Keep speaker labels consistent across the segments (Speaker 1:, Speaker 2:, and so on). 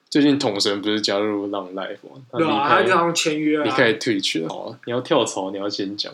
Speaker 1: 最近统神不是加入浪 Life 吗？
Speaker 2: 对啊，他就好像签约了，
Speaker 1: 离开Twitch了。好，你要跳槽，你要先讲。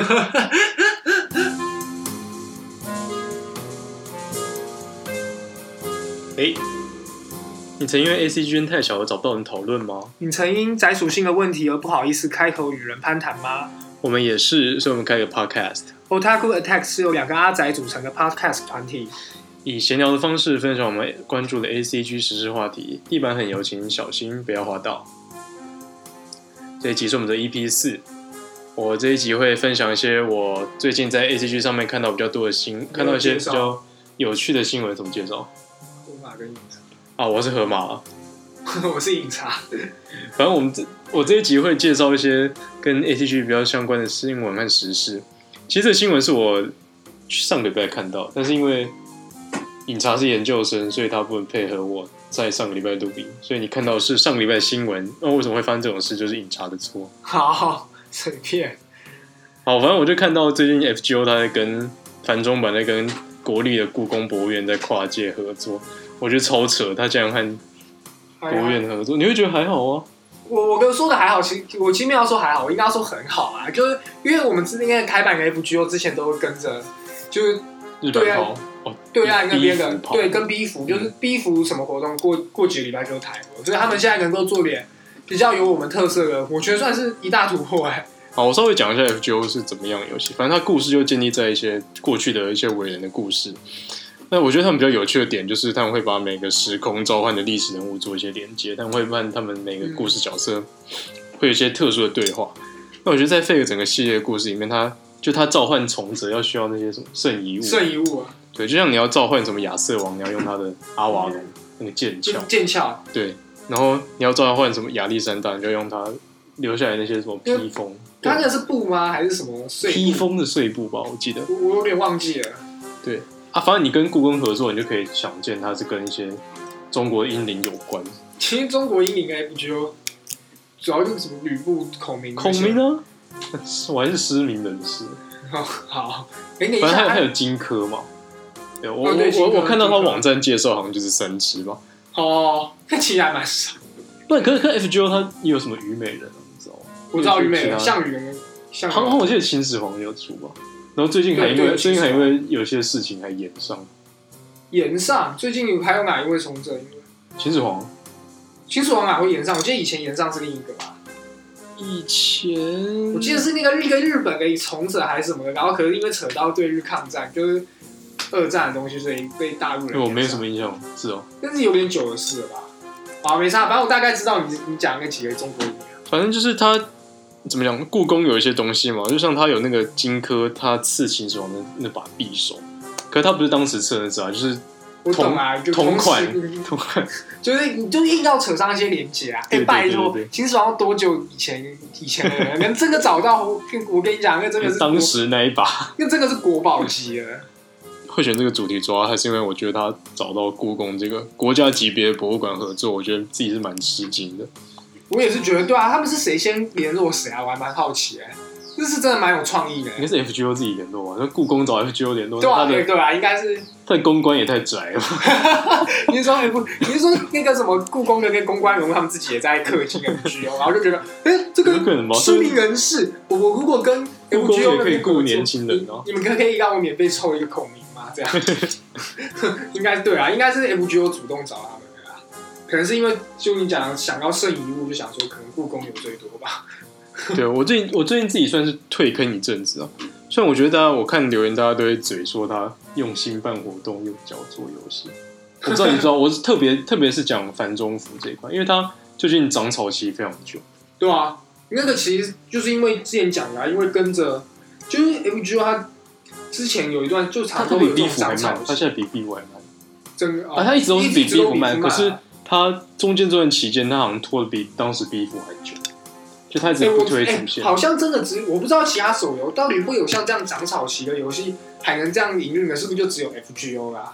Speaker 1: 你曾因为 ACGN 太小而找不到人讨论吗？
Speaker 2: 你曾因宅属性的问题而不好意思开口与人攀谈吗？
Speaker 1: 我们也是，所以我们开个 podcast。Otaku
Speaker 2: Attack 是由2个阿宅组成的 podcast 团体，
Speaker 1: 以闲聊的方式分享我们关注的 ACG 时事话题。地板很油，请小心不要滑倒。这一集是我们的 EP4，我这一集会分享一些我最近在 ACG 上面看到比较多的看到一些比较有趣的新闻。怎么介绍？
Speaker 2: 河马跟饮茶
Speaker 1: 啊，我是河马，
Speaker 2: 我是饮茶。
Speaker 1: 反正我这一集会介绍一些跟 ACG 比较相关的新闻和时事。其实这个新闻是我上个礼拜看到，但是因为饮茶是研究生，所以他不能配合我在上个礼拜录音，所以你看到的是上个礼拜的新闻。为什么会发生这种事，就是饮茶的错。
Speaker 2: 好，随便。
Speaker 1: 好，反正我就看到最近 FGO 他在跟繁中版在跟国立的故宫博物院在跨界合作，我觉得超扯，他竟然和国务院合作，你会觉得还好啊？
Speaker 2: 我跟说的还好，我其实没有说还好，我应该要说很好啊，就是因为我们之前开版跟 FGO 之前都会跟着，就是
Speaker 1: 日本跑
Speaker 2: 对岸那边的，对，跟 B 服就是 B 服什么活动，过几个礼拜就台了，所以他们现在能够做点比较有我们特色的，我觉得算是一大突破哎。
Speaker 1: 好，我稍微讲一下 FGO 是怎么样的游戏。反正它故事就建立在一些过去的一些伟人的故事。那我觉得他们比较有趣的点就是他们会把每个时空召唤的历史人物做一些连接，他们会和他们每个故事角色会有一些特殊的对话。那我觉得在 Fate 整个系列的故事里面，他召唤从者要需要那些什么圣遗物
Speaker 2: 啊，
Speaker 1: 对，就像你要召唤什么亚瑟王，你要用他的阿瓦隆那个剑鞘，对，然后你要召唤什么亚历山大，你就要用他留下来那些什么披风。
Speaker 2: 他那个是布吗？还是什么碎布？
Speaker 1: 披风的碎布吧，我记得。
Speaker 2: 我有点忘记了。
Speaker 1: 对啊，反正你跟故宫合作，你就可以想见它是跟一些中国英灵有关。
Speaker 2: 其实中国英灵 FGO 主要就是什么吕布、孔明。
Speaker 1: 孔明呢？我还是失明人士。
Speaker 2: 好，
Speaker 1: 反正还有荆轲嘛。对，我看到他网站介绍好像就是3只吧。
Speaker 2: 哦，那其实还蛮少。
Speaker 1: 对，可是 FGO 它也有什么虞美人啊？你知道吗？
Speaker 2: 我知道虞美人、项羽人，
Speaker 1: 好像我记得秦始皇也有出吧。然后最近还因为有些事情还延上。
Speaker 2: 最近还有哪一位从政？
Speaker 1: 秦始皇
Speaker 2: 哪会延上？我记得以前延上是另一个吧。
Speaker 1: 以前
Speaker 2: 我记得是那个日本的从者还是什么的，然后可是因为扯到对日抗战，就是2战的东西，所以被大陆人。
Speaker 1: 我没什么印象，是哦。
Speaker 2: 但是有点久的事了吧？好，没差，反正我大概知道你讲那几个中国人。
Speaker 1: 反正就是他怎么讲，故宫有一些东西嘛，就像他有那个荆轲，他刺秦始皇的那把匕首，可是他不是当时刺的那只啊，就是
Speaker 2: 我懂啊，就
Speaker 1: 同款，
Speaker 2: 就是你就硬要扯上一些连结啊。拜托，秦始皇多久以前的人，能真的找到？我跟你讲，那真的是
Speaker 1: 当时那一把，
Speaker 2: 那真的是国宝级了。
Speaker 1: 会选这个主题主要还是因为我觉得他找到故宫这个国家级别的博物馆合作，我觉得自己是蛮吃惊的。
Speaker 2: 我也是觉得，对啊，他们是谁先联络谁啊？我还蛮好奇这是真的蛮有创意的。
Speaker 1: 应该是 FGO 自己联络吧？那故宫找 FGO 联络，
Speaker 2: 对啊，应该是。
Speaker 1: 他的公关也太窄了。
Speaker 2: 你是说那个什么故宫的那公关人物，他们自己也在氪金 FGO， 然后就觉得，这个知名人士，我如果跟 FGO
Speaker 1: 也可以雇年轻人
Speaker 2: 你们可以让我免费抽一个孔明吗？这样，应该对啊，应该是 FGO 主动找他们的啦。可能是因为就你讲想要圣遗物，就想说可能故宫有最多吧。
Speaker 1: 对，我最近自己算是退坑一阵子啊。虽然我觉得我看留言大家都会嘴说他用心办活动，用脚做游戏。我不知道你知道，我是特别是讲繁中服这一块，因为他最近长草期非常久。
Speaker 2: 对啊，那个其实就是因为之前讲的因为跟着就是 FGO 他之前有一段就常都有这种长草期，
Speaker 1: 他现在比 B 还慢。
Speaker 2: 真的
Speaker 1: 他一直都是比 B 慢，可是他中间这段期间，他好像拖得比当时 B 还久。就他一直不推主线，
Speaker 2: 好像真的我不知道其他手游到底会有像这样长草期的游戏还能这样营运的，是不是就只有 FGO 啦？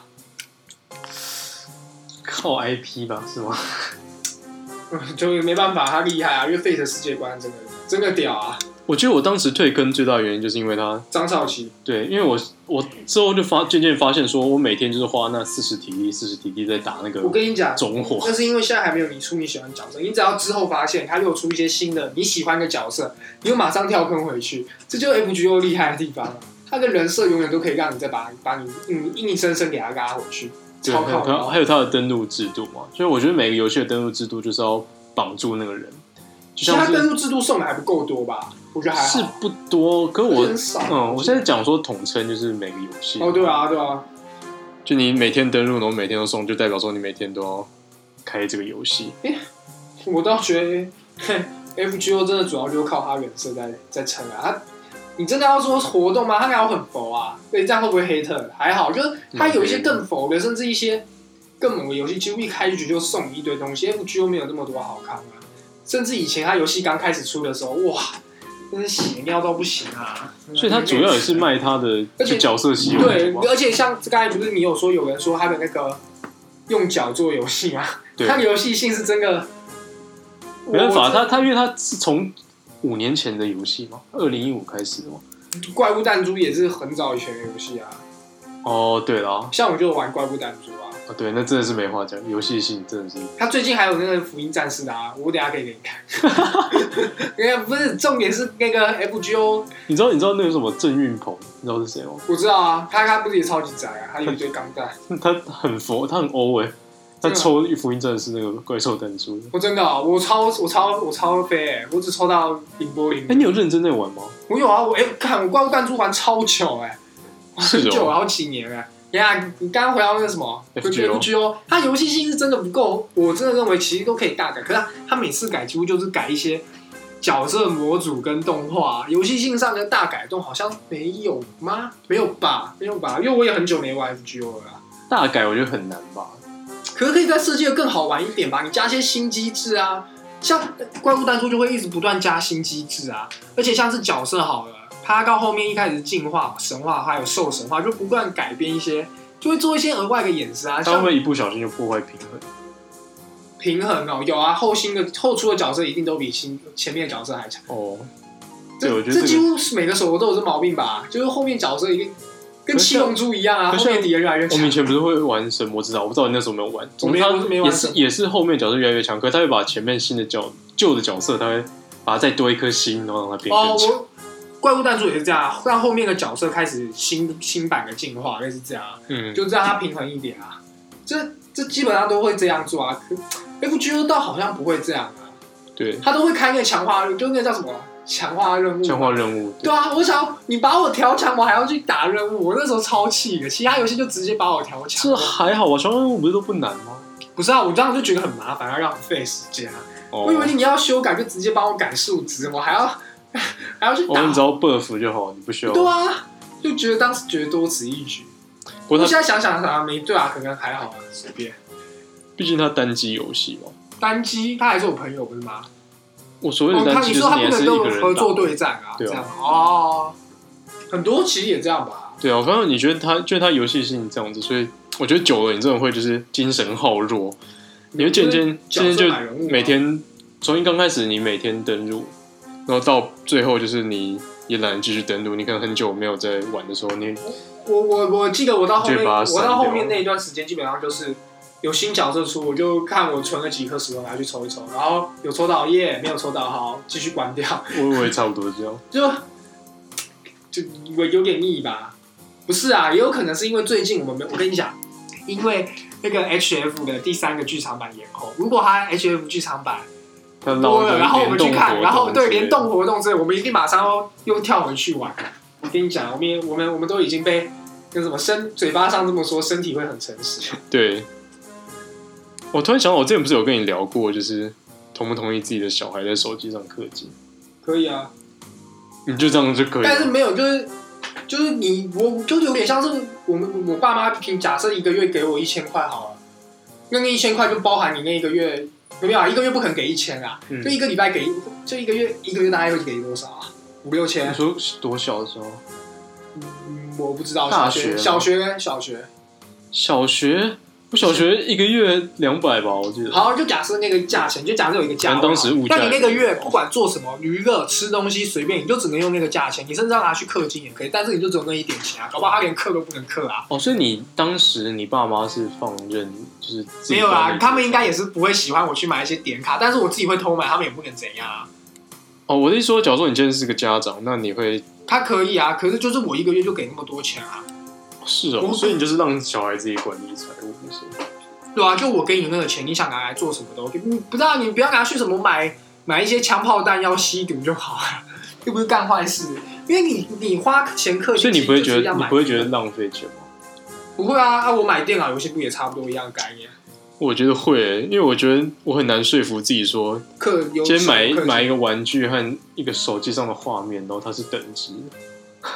Speaker 1: 靠 IP 吧，是吗？
Speaker 2: 就没办法，他厉害啊，因为 Fate 世界观真的屌啊！
Speaker 1: 我觉得我当时退坑最大的原因就是因为他
Speaker 2: 张少奇，
Speaker 1: 对，因为我之后就渐渐发现说，我每天就是花那40体力在打那个。
Speaker 2: 我跟你讲，
Speaker 1: 种火。
Speaker 2: 那是因为现在还没有你出你喜欢的角色，你只要之后发现他又出一些新的你喜欢的角色，你又马上跳坑回去，这就是 FGO 厉害的地方。他的人设永远都可以让你再把你硬生生给他拉回去，超靠。
Speaker 1: 还有他的登录制度嘛，所以我觉得每个游戏的登录制度就是要绑住那个人。
Speaker 2: 其实他登录制度送的还不够多吧？我觉得还好。
Speaker 1: 是不多，可是我
Speaker 2: 很少。
Speaker 1: 我现在讲说统称就是每个游戏。
Speaker 2: 哦，对啊，对啊。
Speaker 1: 就你每天登录，然后每天都送，就代表说你每天都要开这个游戏。
Speaker 2: 我倒觉得 FGO 真的主要就是靠他人设在撑啊。你真的要说活动吗？他哪有很佛啊？对，这样会不会黑特？还好，就是他有一些更佛的，甚至一些更猛的游戏，几乎一开局就送你一堆东西。FGO 没有那么多好康啊。甚至以前他游戏刚开始出的时候，哇，真是血尿到不行啊！
Speaker 1: 所以他主要也是卖他的角色系统。
Speaker 2: 对，而且像刚才不是你有说有人说他的那个用脚做游戏吗？他的游戏性是真的
Speaker 1: 没办法，他因为他是从5年前的游戏嘛，2015开始的嘛。
Speaker 2: 怪物弹珠也是很早以前的游戏啊。
Speaker 1: 哦，对啦，
Speaker 2: 像我就玩怪物弹珠啊。
Speaker 1: 对，那真的是没话讲，游戏性真的是。
Speaker 2: 他最近还有那个福音战士的啊，我等一下可以给你看。不是，重点是那个 FGO。
Speaker 1: 你知道那个什么郑运鹏，你知道是谁吗？
Speaker 2: 我知道啊，他不是也超级宅啊，他有一堆钢弹。
Speaker 1: 他很佛，他很欧欸。他抽福音战士那个怪兽弹珠。
Speaker 2: 我真的啊，我超飞欸，我只抽到凌波林。
Speaker 1: 你有认真在玩吗？
Speaker 2: 我有啊，看我怪物弹珠玩超久很久好几年哎。你刚刚回到那个什么 FGO， 它游戏性是真的不够，我真的认为其实都可以大改，可是它每次改几乎就是改一些角色模组跟动画，游戏性上的大改动好像没有吗？没有吧，因为我也很久没玩 FGO 了啦。
Speaker 1: 大改我觉得很难吧，
Speaker 2: 可是可以再设计的更好玩一点吧，你加些新机制啊，像怪物弹珠就会一直不断加新机制啊，而且像是角色好了。他到后面一开始进化、神话还有兽神话，就不断改变一些，就会做一些额外的衍生啊。他会不
Speaker 1: 会一不小心就破坏平衡？
Speaker 2: 平衡哦，有啊，后出的角色一定都比前面的角色还强
Speaker 1: 哦。
Speaker 2: 这几乎是每个手游都有这毛病吧？就是后面角色一定跟七龙珠一样啊，后面敌人越来越强。
Speaker 1: 我们以前不是会玩神魔之塔，我不知道你那时候有没有玩。
Speaker 2: 我没玩。
Speaker 1: 也是后面角色越来越强，可是他会把前面旧的角色，他会把它再多一颗心，然后让它变更强。
Speaker 2: 怪物弹珠也是这样，让后面的角色开始新版的进化，类似这样，就让它平衡一点啊。这基本上都会这样做啊。FGO 倒好像不会这样啊。
Speaker 1: 对，
Speaker 2: 他都会开那个强化，就那个叫什么强化任务。
Speaker 1: 强化任务。
Speaker 2: 对啊，我想你把我调强，我还要去打任务，我那时候超气的。其他游戏就直接把我调强。
Speaker 1: 这还好啊，强化任务不是都不难吗？
Speaker 2: 不是啊，我这样就觉得很麻烦，要让费时间啊。我以为你要修改就直接帮我改数值，我还要去打。
Speaker 1: 你只要 buff 就好，你不需要。
Speaker 2: 对啊，就觉得当时觉得多此一举。我现在想想没对啊，可能还好啊，随便。
Speaker 1: 毕竟它单机游戏嘛。
Speaker 2: 单机，他还是我朋友不是吗？
Speaker 1: 我所谓的单机就是
Speaker 2: 你也是一个人合作对战啊，这样哦。很多其实也这样吧。
Speaker 1: 对啊，我刚刚你觉得他游戏性这样子，所以我觉得久了你真的会就是精神耗弱，你会渐渐就每天从刚开始你每天登录。然后到最后就是你也懒得继续登录，你可能很久没有在玩的时候，
Speaker 2: 我记得我到后面那一段时间，基本上就是有新角色出，我就看我存了几颗石头拿去抽一抽，然后有抽到耶，没有抽到好继续关掉。
Speaker 1: 我也差不多这样，
Speaker 2: 就有点腻吧？不是啊，也有可能是因为最近我跟你讲，因为那个 HF 的第3个剧场版延后，如果它 HF 剧场版。多了，然后我们去看，然后对联动活动之类，我们一定马上又跳回去玩。我跟你讲，我们都已经被跟什么嘴巴上这么说，身体会很诚实。
Speaker 1: 对，我突然想到，我之前不是有跟你聊过，就是同不同意自己的小孩在手机上氪金？
Speaker 2: 可以啊，
Speaker 1: 你就这样就可以。
Speaker 2: 但是没有，就是我就有点像是我爸妈假设一个月给我1000块好了，那1000块就包含你那一个月。没有啊，一个月不可能给1000啊，就一个礼拜给，就一个月大概会给多少啊？5、6千。
Speaker 1: 你说多小的时候？
Speaker 2: 我不知道。
Speaker 1: 大学、
Speaker 2: 小学。
Speaker 1: 我小学一个月200吧，我记得。
Speaker 2: 好，就假设那个价钱，就假设有一个价位，
Speaker 1: 当时物价，
Speaker 2: 那你那个月不管做什么娱乐、吃东西，随便，你就只能用那个价钱。你甚至要拿去氪金也可以，但是你就只有那一点钱啊，搞不好他连氪都不能氪啊。
Speaker 1: 哦，所以你当时你爸妈是放任，就是自己
Speaker 2: 没有啊，他们应该也是不会喜欢我去买一些点卡，但是我自己会偷买，他们也不能怎样啊。
Speaker 1: 哦，我的意思说，假如说你今天是个家长，那你会？
Speaker 2: 他可以啊，可是就是我一个月就给那么多钱啊。
Speaker 1: 是哦，所以你就是让小孩自己管理财务，不是？
Speaker 2: 对啊，就我给你那个钱，你想拿来做什么都 OK。你不知道，你不要拿去什么买一些枪炮弹药吸毒就好了，又不是干坏事。因为你花钱氪金，
Speaker 1: 所以你不会觉得浪费钱吗？
Speaker 2: 不会啊，我买电脑游戏不也差不多一样概念？
Speaker 1: 我觉得会，因为我觉得我很难说服自己说，今天买一个玩具和一个手机上的画面，然后它是等值的。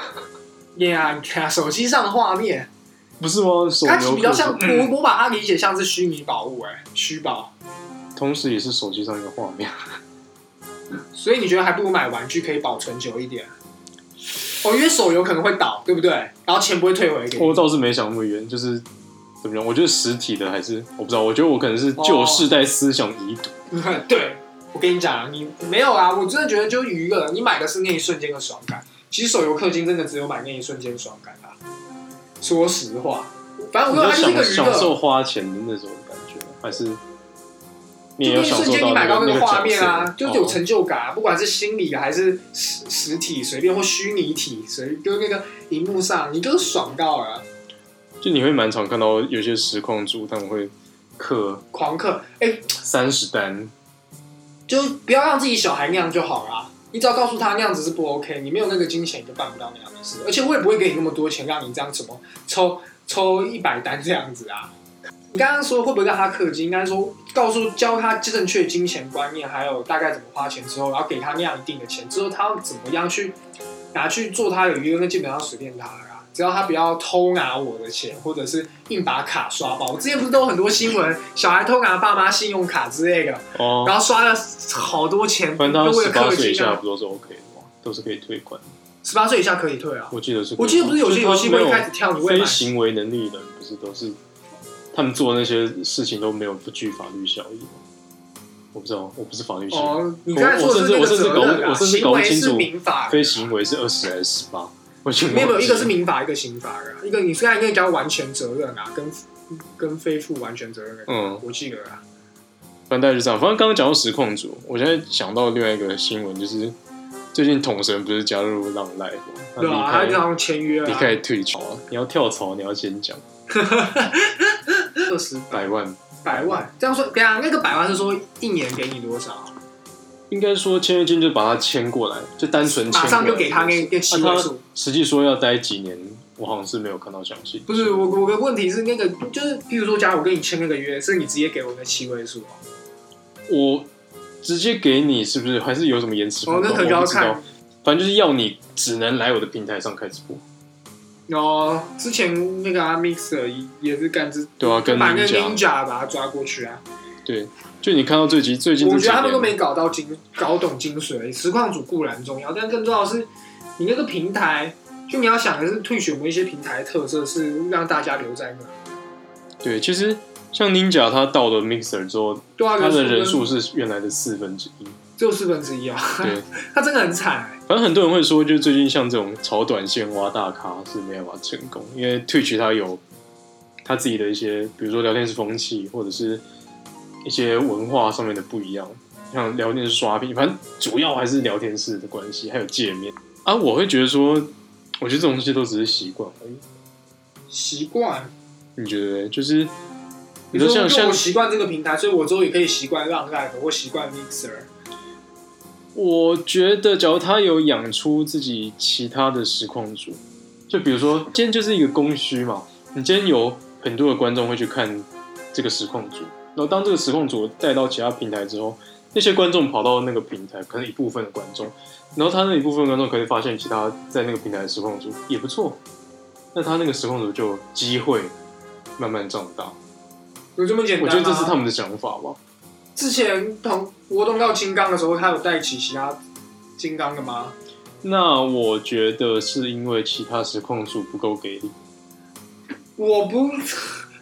Speaker 2: Yeah， 你看手机上的画面，
Speaker 1: 不是吗？
Speaker 2: 它比较像我把它理解像是虚拟宝物，虚宝，
Speaker 1: 同时也是手机上一个画面。
Speaker 2: 所以你觉得还不如买玩具可以保存久一点？哦，因为手游可能会倒，对不对？然后钱不会退回给你。
Speaker 1: 我倒是没想那么远，就是怎么样？我觉得实体的还是我不知道，我觉得我可能是旧世代思想遗毒。
Speaker 2: 对，我跟你讲，你没有啊，我真的觉得就娱乐，你买的是那一瞬间的爽感。其实手游氪金真的只有买那一瞬间爽感啊。说实话，反正我它就是一个娱乐，
Speaker 1: 享受花钱的那种感觉，还是你也有享受到
Speaker 2: 就那一瞬间你买到那个画面啊，
Speaker 1: 就
Speaker 2: 就有成就感啊，不管是心理的还是实体，随便或虚拟体，就那个荧幕上，你就是爽到了。
Speaker 1: 就你会蛮常看到有些实况主他们会
Speaker 2: 狂氪
Speaker 1: ，30单，
Speaker 2: 就不要让自己小孩那样就好啦。你只要告诉他那样子是不 OK， 你没有那个金钱你就办不到那样的事，而且我也不会给你那么多钱让你这样怎么抽100单这样子啊。你刚刚说会不会让他氪金？应该说教他正确金钱观念，还有大概怎么花钱之后，然后给他那样一定的钱之后，他怎么样去拿去做他的娱乐，那基本上随便他了。只要他不要偷拿我的钱，或者是硬把卡刷爆。我之前不是都有很多新闻，小孩偷拿爸妈信用卡之类的，然后刷了好多钱，
Speaker 1: 反正他18岁以下不
Speaker 2: 都
Speaker 1: 是 OK 的吗？都是可以退款。
Speaker 2: 18岁以下可以退啊？
Speaker 1: 我记得是。
Speaker 2: 我记得不是有些游戏会开始跳，你会
Speaker 1: 非行为能力的人不是都是他们做的那些事情都没有不具法律效益吗？我不知道，我不是法律系。
Speaker 2: 哦，你刚才说的是那个责任啊，
Speaker 1: 我甚至搞不清楚
Speaker 2: 民法，
Speaker 1: 非行为是20还是18。
Speaker 2: 没有，一个是民法，一个刑法的，一个你现在应该叫完全责任啊，跟非负完全责任的，我记得啊。
Speaker 1: 反正大概就这样。反正刚刚讲到实况组，我现在想到另外一个新闻，就是最近统神不是加入浪 Live 吗？
Speaker 2: 对啊，他就要签约啊，
Speaker 1: 你可以退潮啊，你要跳槽，你要先讲。100万，
Speaker 2: 这样说，对啊，那个100万是说一年给你多少？
Speaker 1: 应该说签约金就把他签过来，就单纯签过来，
Speaker 2: 马上就给他那个7位数。
Speaker 1: 实际说要待几年，我好像是没有看到详细。
Speaker 2: 不是我的问题是那个，就是譬如说，假如我跟你签那个约，是你直接给我那7位数哦？
Speaker 1: 我直接给你是不是？还是有什么延迟？
Speaker 2: 那可能要看。
Speaker 1: 反正就是要你只能来我的平台上开直播。
Speaker 2: 哦，之前那个Mixer 也是干这，
Speaker 1: 对啊，跟
Speaker 2: 把那个 Ninja 把他抓过去啊。
Speaker 1: 对。就你看到最近
Speaker 2: 我觉得他们都没搞懂精髓。实况组固然重要，但更重要的是你那个平台，就你要想的是退选某一些平台特色是让大家留在那。
Speaker 1: 对，其实像 Ninja 他到了 Mixer 之后，
Speaker 2: 他
Speaker 1: 的人数是原来的1/4，
Speaker 2: 只有1/4啊。对，他真的很惨。
Speaker 1: 反正很多人会说，就是最近像这种炒短线挖大咖是没办法成功，因为 Twitch 他有他自己的一些，比如说聊天室风气，或者是一些文化上面的不一样，像聊天室刷屏，反正主要还是聊天室的关系，还有界面啊。我会觉得说，我觉得这种东西都只是习惯而已。
Speaker 2: 习惯？
Speaker 1: 你觉得？就是
Speaker 2: 你说像我习惯这个平台，所以我之后也可以习惯浪 Live 或习惯 Mixer。
Speaker 1: 我觉得，假如他有养出自己其他的实况主，就比如说今天就是一个供需嘛，你今天有很多的观众会去看这个实况主。然后当这个实况组带到其他平台之后，那些观众跑到那个平台，可能一部分的观众，然后他那一部分的观众可以发现其他在那个平台的实况组也不错，那他那个实况组就有机会慢慢长大。
Speaker 2: 有这么简单吗？
Speaker 1: 我觉得这是他们的想法吧。
Speaker 2: 之前活动到金刚的时候，他有带起其他金刚的吗？
Speaker 1: 那我觉得是因为其他实况组不够给力。
Speaker 2: 我不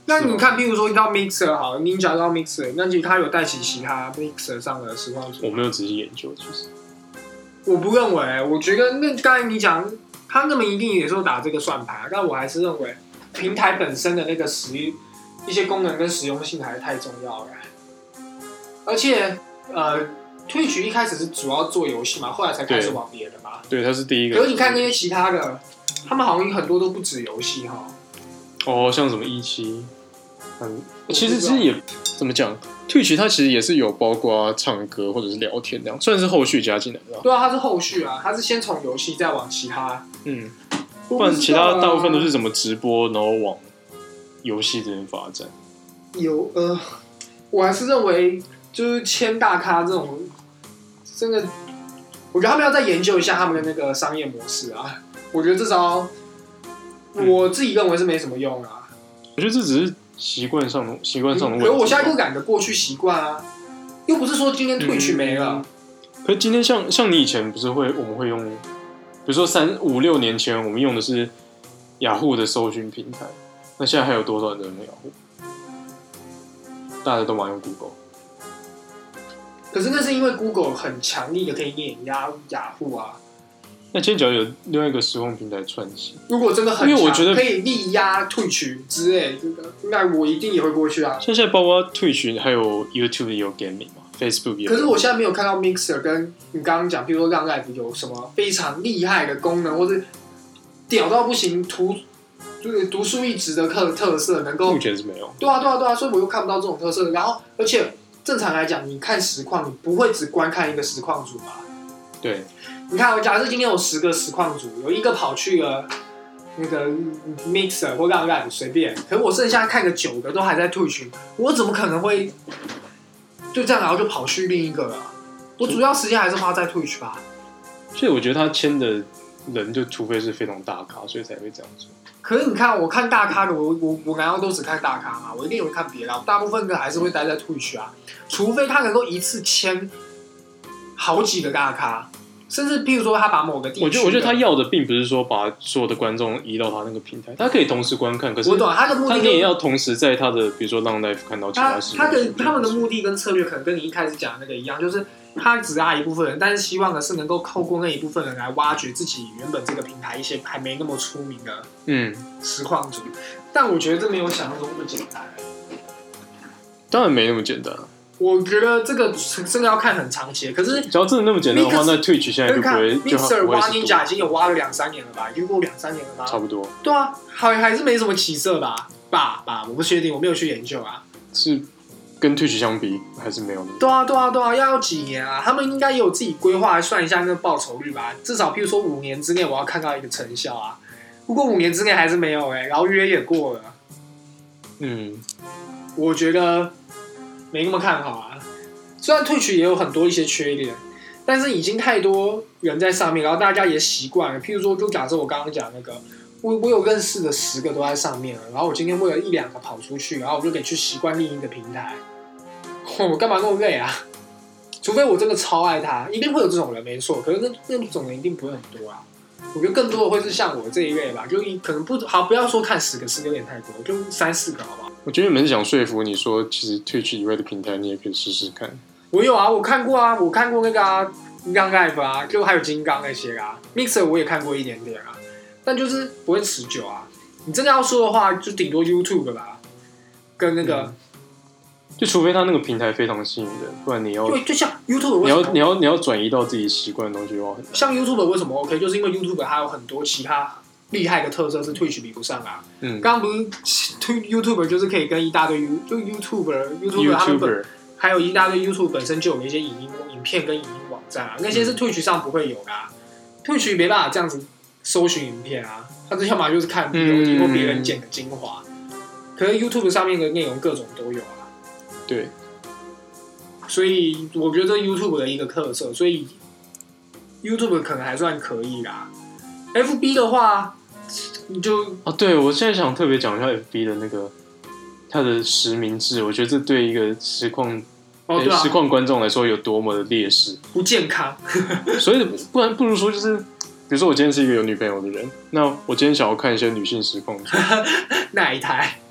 Speaker 2: 那你看，譬如说到 Mixer 好了，Ninja 到 Mixer，那其实他有带起其他 Mixer 上的实况组。
Speaker 1: 我没有仔细研究，其实
Speaker 2: 我不认为，我觉得那刚才你讲，他们一定也是打这个算盘，但我还是认为平台本身的那个一些功能跟实用性还是太重要了。而且Twitch 一开始是主要做游戏嘛，后来才开始往别的嘛。
Speaker 1: 对，他是第一个。
Speaker 2: 可是你看那些其他的，他们好像很多都不止游戏哈。
Speaker 1: 哦，像什么17，其实也怎么讲 ，Twitch 它其实也是有包括唱歌或者是聊天这样，算是后续加进来的。
Speaker 2: 对啊，它是后续啊，它是先从游戏再往其他。
Speaker 1: 不然其他大部分都是怎么直播，然后往游戏这边发展。
Speaker 2: 我还是认为就是签大咖这种，真的，我觉得他们要再研究一下他们的那个商业模式啊。我觉得这招，我自己认为是没什么用啊。
Speaker 1: 我觉得这只是习惯上的问题。
Speaker 2: 可是我现在又赶着过去习惯啊，又不是说今天Twitch没了。
Speaker 1: 可是今天像你以前不是我们会用，比如说3、5、6年前我们用的是雅虎的搜寻平台，那现在还有多少人在用雅虎？大家都蛮用 Google。
Speaker 2: 可是那是因为 Google 很强力的可以碾压雅虎啊。
Speaker 1: 那今天只要有另外一个实况平台串起，
Speaker 2: 如果真的很强，
Speaker 1: 因为我觉得
Speaker 2: 可以力压 Twitch 之类的，那我一定也会过去啊。
Speaker 1: 像现在包括 Twitch 还有 YouTube 也有 gaming 嘛 ，Facebook 也有。
Speaker 2: 可是我现在没有看到 Mixer 跟你刚刚讲，譬如说让 Live 有什么非常厉害的功能，或是屌到不行、就是独树一帜的特色，能够
Speaker 1: 目前是没有。
Speaker 2: 对啊，所以我又看不到这种特色。然后，而且正常来讲，你看实况，你不会只观看一个实况组吧？
Speaker 1: 对。
Speaker 2: 你看，我假设今天有10个实况组，有一个跑去了那个 Mixer 或让 Live 随便，可是我剩下看个9个都还在 Twitch， 我怎么可能会就这样然后就跑去另一个了？我主要时间还是花在 Twitch 吧。
Speaker 1: 所以我觉得他签的人就除非是非常大咖，所以才会这样做。
Speaker 2: 可是你看，我看大咖的，我难道都只看大咖吗？我一定有看别的，我大部分的还是会待在 Twitch 啊，除非他能够一次签好几个大咖。甚至，譬如说，他把某个地区，
Speaker 1: 我觉得他要的并不是说把所有的观众移到他那个平台，他可以同时观看。可是，
Speaker 2: 我懂他的目的，
Speaker 1: 他也要同时在他的，比如说让 Live 看到其他事情。
Speaker 2: 他们的目的跟策略可能跟你一开始讲的那个一样，就是他只拉一部分人，但是希望的是能够透过那一部分人来挖掘自己原本这个平台一些还没那么出名的实况组。但我觉得这没有想象中那么简单。
Speaker 1: 当然没那么简单。
Speaker 2: 我觉得这个真的要看很长期，可是
Speaker 1: 只要真的那么简单的话，那 Twitch 现在就不会。
Speaker 2: Mixer 挖Ninja已经有挖了2-3年了吧？已经过2-3年了吧？
Speaker 1: 差不多。
Speaker 2: 对啊，还是没什么起色吧？我不确定，我没有去研究啊。
Speaker 1: 是跟 Twitch 相比，还是没有那么。
Speaker 2: 对啊，要几年啊？他们应该也有自己规划，来算一下那个报酬率吧。至少譬如说5年之内，我要看到一个成效啊。如果5年之内还是没有然后约也过了，我觉得没那么看好啊。虽然 Twitch 也有很多一些缺点，但是已经太多人在上面，然后大家也习惯了。譬如说，就假设我刚刚讲那个，我有认识的10个都在上面了，然后我今天为了1-2个跑出去，然后我就得去习惯另一个平台，我干嘛那么累啊？除非我真的超爱他，一定会有这种人，没错。可是那种人一定不会很多啊。我觉得更多的会是像我这一类吧，就可能不要说看10个有点太多，就3-4个好不好？
Speaker 1: 我觉得你们是想说服你说，其实 Twitch 以外的平台你也可以试试看。
Speaker 2: 我有啊，我看过那个啊，Young Live 啊，就还有金刚那些啊 ，Mixer 我也看过一点点啊，但就是不会持久啊。你真的要说的话，就顶多 YouTube 吧，跟那个，
Speaker 1: 就除非他那个平台非常吸引人，不然你要
Speaker 2: 就像 YouTube
Speaker 1: 你要转移到自己习惯的东西的话，
Speaker 2: 像 YouTube 为什么 OK， 就是因为 YouTube 它有很多其他厉害的特色是 Twitch 比不上啊。刚刚不是 YouTuber 就是可以跟一大堆YouTuber 他们还有一大堆 YouTube 本身就有一些影片跟影音网站啊，那些是 Twitch 上不会有的啊。Twitch 没办法这样子搜寻影片啊，它要么就是看 VOD 或别人剪的精华，可是 YouTube 上面的内容各种都有啊。
Speaker 1: 对，
Speaker 2: 所以我觉得这是 YouTube 的一个特色，所以 YouTube 可能还算可以啦。FB 的话，你就
Speaker 1: 对，我现在想特别讲一下 FB 的那个它的实名制，我觉得这对一个实况观众来说有多么的劣势，
Speaker 2: 不健康。
Speaker 1: 所以不如说就是，比如说我今天是一个有女朋友的人，那我今天想要看一些女性实况，
Speaker 2: 哪一台？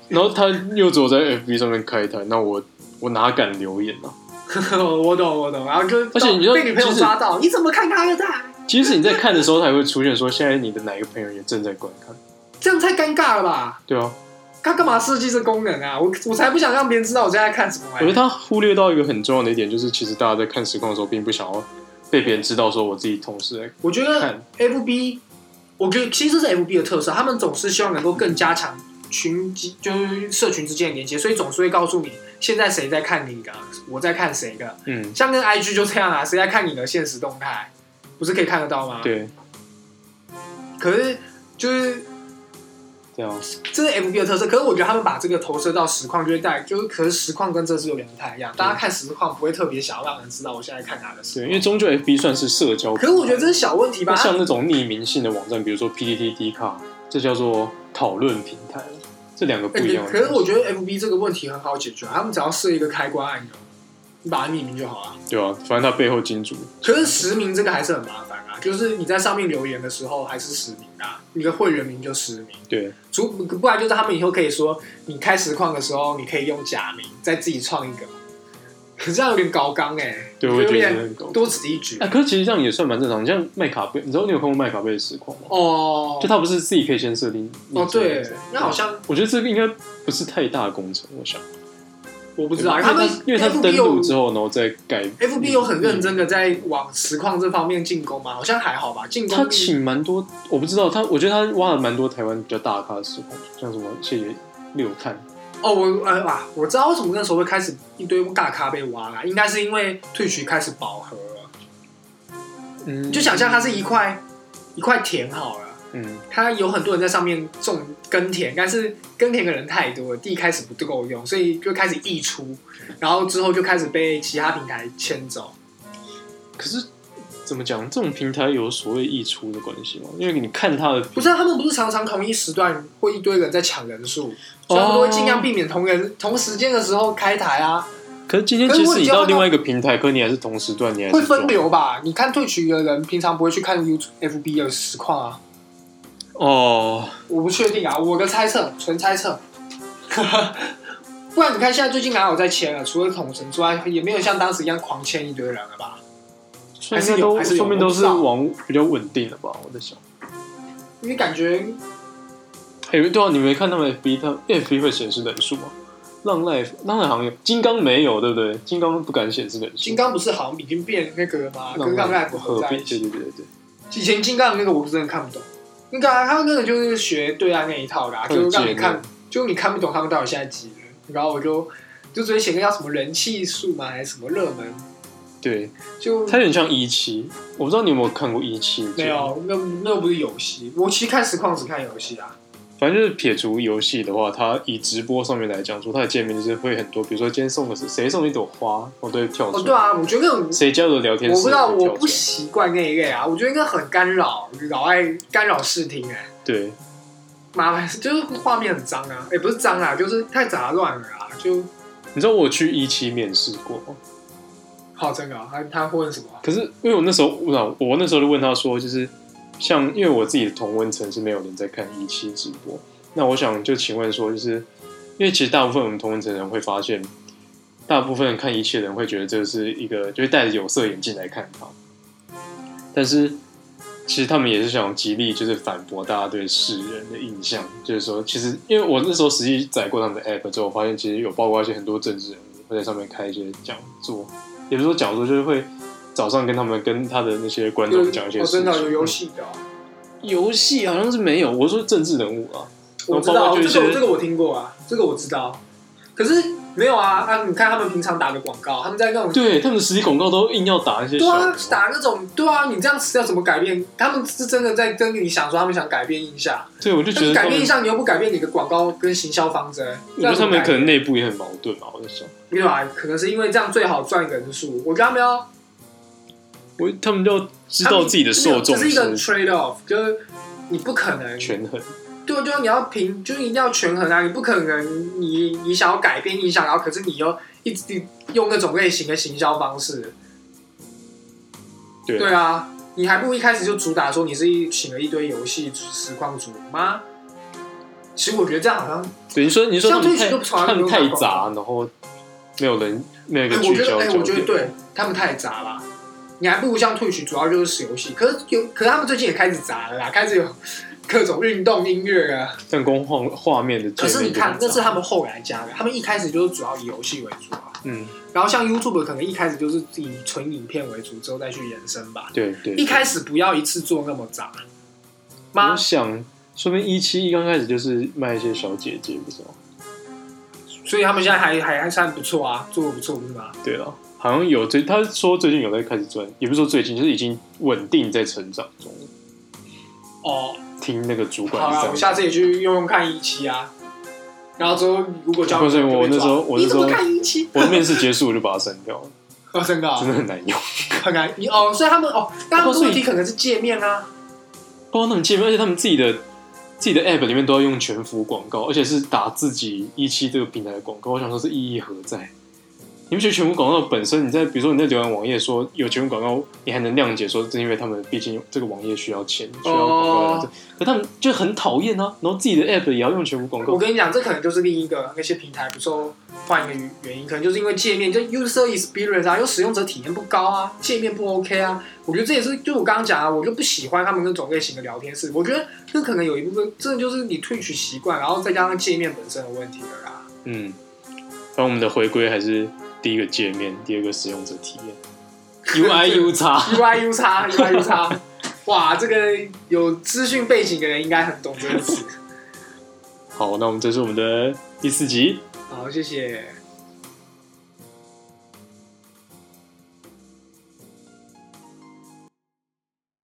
Speaker 1: 然后他又只有在 FB 上面开台，那我哪敢留言啊？
Speaker 2: 我懂，然后就
Speaker 1: 而且你就
Speaker 2: 被女朋友抓到，你怎么看他的台？
Speaker 1: 即使你在看的时候，他也会出现说，现在你的哪一个朋友也正在观看，
Speaker 2: 这样太尴尬了吧？
Speaker 1: 对啊。
Speaker 2: 他干嘛设计这功能啊？我才不想让别人知道我现在看什么。
Speaker 1: 我觉得他忽略到一个很重要的一点，就是其实大家在看实况的时候，并不想要被别人知道说我自己同时在看。
Speaker 2: 我觉得 FB， 我觉得其实这是 FB 的特色，他们总是希望能够更加强就是社群之间的连接，所以总是会告诉你现在谁在看你的，我在看谁的。像跟 IG 就这样啊，谁在看你的现实动态，不是可以看得到吗？
Speaker 1: 对。
Speaker 2: 可是就是这是 FB 的特色，可是我觉得他们把这个投射到实况就会可是实况跟这是有点不太一样。大家看实况不会特别想要让人知道我现在看哪个实况，
Speaker 1: 对，因为终究 FB 算是社交。
Speaker 2: 可是我觉得这是小问题吧。
Speaker 1: 像那种匿名性的网站，比如说 PTT、Dcard， 这叫做讨论平台，这两个不一样的。
Speaker 2: 可是我觉得 FB 这个问题很好解决，他们只要设一个开关按钮，你把它匿名就好了。对
Speaker 1: 啊，反正它背后金主。
Speaker 2: 可是实名这个还是很麻烦啊，就是你在上面留言的时候还是实名啊，你的会员名就实名。
Speaker 1: 对，
Speaker 2: 不然就是他们以后可以说，你开实况的时候你可以用假名，再自己创一个。可是这样有点高纲
Speaker 1: 对，我觉得很高纲，
Speaker 2: 多此一举。
Speaker 1: 可是其实这样也算蛮正常。像麦卡贝，你知道你有看过麦卡贝的实况吗？就他不是自己可以先设定。
Speaker 2: 对，那好像
Speaker 1: 我觉得这个应该不是太大的工程，我想。
Speaker 2: 我不知道，
Speaker 1: 因为他登录之后，然后再改。
Speaker 2: FB 有很认真的在往实况这方面进攻吗？好像还好吧。进攻
Speaker 1: 他请蛮多，我不知道我觉得他挖了蛮多台湾比较大咖的实况，像什么谢谢六探。
Speaker 2: 我知道为什么那时候会开始一堆大咖被挖了，应该是因为Twitch开始饱和了。就想象它是一块田好了。它有很多人在上面种耕田，但是耕田的人太多了，地开始不够用，所以就开始溢出，然后之后就开始被其他平台牵走。
Speaker 1: 可是怎么讲？这种平台有所谓溢出的关系吗？因为你看他的，
Speaker 2: 不是他们不是常常同一时段会一堆人在抢人数，所以他们都会尽量避免同时间的时候开台啊。
Speaker 1: 可是今天即使你到另外一个平台，可你还是同时段，你还是
Speaker 2: 会分流吧？你看Twitch的人平常不会去看 FB 的实况啊。我不确定啊，我的猜测，纯猜测。不然你看现在最近哪有在签了？除了统神之外，也没有像当时一样狂签一堆人了吧？还是有，
Speaker 1: 说明都是往比较稳定了吧？我在想，
Speaker 2: 因为感觉，
Speaker 1: 对啊，你没看他们 FB 会显示人数吗？浪 Live 好像有，金刚没有，对不对？金刚不敢显示人数。
Speaker 2: 金刚不是好像已经变那个了吗？跟浪 Live 合在一起。
Speaker 1: 对。
Speaker 2: 以前金刚那个我真的看不懂。那个他那个就是学对岸那一套的，就是让你看，就你看不懂他们到底现在几人，然后我就只会写个叫什么人气数嘛，还是什么热门？
Speaker 1: 对，
Speaker 2: 就
Speaker 1: 它有点像17，我不知道你有没有看过17？
Speaker 2: 没有，那不是游戏，我其实看实况只看游戏啊。
Speaker 1: 反正就是撇除游戏的话，它以直播上面来讲说，它的界面就是会很多，比如说今天送的是谁送一朵花，我都会跳出来。
Speaker 2: 对啊，我觉得那种
Speaker 1: 谁加入聊天室，
Speaker 2: 我不知道，我不习惯那一类啊，我觉得应该很干扰，老爱干扰视听
Speaker 1: 对，
Speaker 2: 麻烦就是画面很脏啊，不是脏啊，就是太杂乱了啊，就
Speaker 1: 你知道我去17面试过吗？
Speaker 2: 好，真的他问什么？
Speaker 1: 可是因为我那时候就问他说，就是像因为我自己的同温层是没有人在看17直播，那我想就请问说，就是因为其实大部分我们同温层人会发现，大部分人看17的人会觉得这是一个就是戴着有色眼镜来看他，但是其实他们也是想极力就是反驳大家对世人的印象，就是说其实因为我那时候实际载过他们的 app 之后，我发现其实有包括一些很多政治人物会在上面开一些讲座。也不是说讲座，就是会早上跟他的那些观众讲一些事情。
Speaker 2: 真的有游戏的
Speaker 1: 游戏好像是没有，我说政治人物啊。
Speaker 2: 我知道这个我听过啊，这个我知道。可是没有啊，你看他们平常打的广告，他们在那种
Speaker 1: 对他们的实体广告都硬要打那些。对
Speaker 2: 啊，打那种对啊，你这样要怎么改变？他们是真的在跟你想说，他们想改变印象。
Speaker 1: 对，我就觉得
Speaker 2: 改变印象，你又不改变你的广告跟行销方针。
Speaker 1: 我觉得他们可能内部也很矛盾吧，我在想。
Speaker 2: 对啊，可能是因为这样最好赚人数。我觉得
Speaker 1: 他们要知道自己的受众
Speaker 2: 这是一个 trade off， 就是你不可能
Speaker 1: 权衡。
Speaker 2: 对，就是你要就是一定要权衡啊！你不可能你想要改变印象，然后可是你又一直用那种类型的行销方式。对啊，你还不如一开始就主打说你是请了一堆游戏实况主吗？其实我觉得这样好像
Speaker 1: 对，你说
Speaker 2: 像
Speaker 1: 他们
Speaker 2: Twitch 就从来
Speaker 1: 他们
Speaker 2: 没有打广
Speaker 1: 太杂，
Speaker 2: 告
Speaker 1: 然后没有一个
Speaker 2: 我
Speaker 1: 聚焦
Speaker 2: 觉得，我觉得
Speaker 1: 焦点。
Speaker 2: 对他们太杂了。你还不如像 Twitch 主要就是游戏，可是他们最近也开始杂了啦，开始有各种运动音乐啊。
Speaker 1: 但光画面的界面，
Speaker 2: 可是你看，那是他们后来加的，他们一开始就是主要以游戏为主啊。然后像 YouTube 可能一开始就是以纯影片为主，之后再去延伸吧。
Speaker 1: 对。
Speaker 2: 一开始不要一次做那么杂。
Speaker 1: 我想，说明171刚开始就是卖一些小姐姐，不是吗？
Speaker 2: 所以他们现在还算不错啊，做的不错，不是吗？
Speaker 1: 对了，好像有他说最近有在开始赚，也不是说最近，就是已经稳定在成长中。
Speaker 2: 哦，
Speaker 1: 听那个主管。
Speaker 2: 好了，我下次也去用看1期啊。然后之后如果交，
Speaker 1: 我那时候
Speaker 2: 你怎么看1期？
Speaker 1: 我面试结束我就把它删掉了。
Speaker 2: 哦，真的、
Speaker 1: 真的很难用，
Speaker 2: 很难。所以他们但他们的问题可能是界面啊，
Speaker 1: 包括他们界面，而且他们自己的 App 里面都要用全幅广告，而且是打自己1期这个平台的广告。我想说，是意义何在？你不觉得全幅广告本身，比如说你在浏览网页说有全幅广告，你还能谅解说是因为他们毕竟这个网页需要钱，需要广告，可他们就很讨厌啊。然后自己的 App 也要用全幅广告。
Speaker 2: 我跟你讲，这可能就是另一个那些平台不受欢迎的原因，可能就是因为界面就 user experience 啊，又使用者体验不高啊，界面不 OK 啊。我觉得这也是就我刚刚讲啊，我就不喜欢他们那种类型的聊天室。我觉得这可能有一部分真的就是你Twitch习惯，然后再加上界面本身的问题了啦。
Speaker 1: 反正我们的回归还是第一个界面，第二个使用者体验 ，UI U 叉，哇，这个有资讯背景的人应该很懂这个词。
Speaker 2: 好，那这是我们的第4集。
Speaker 1: 好，谢谢。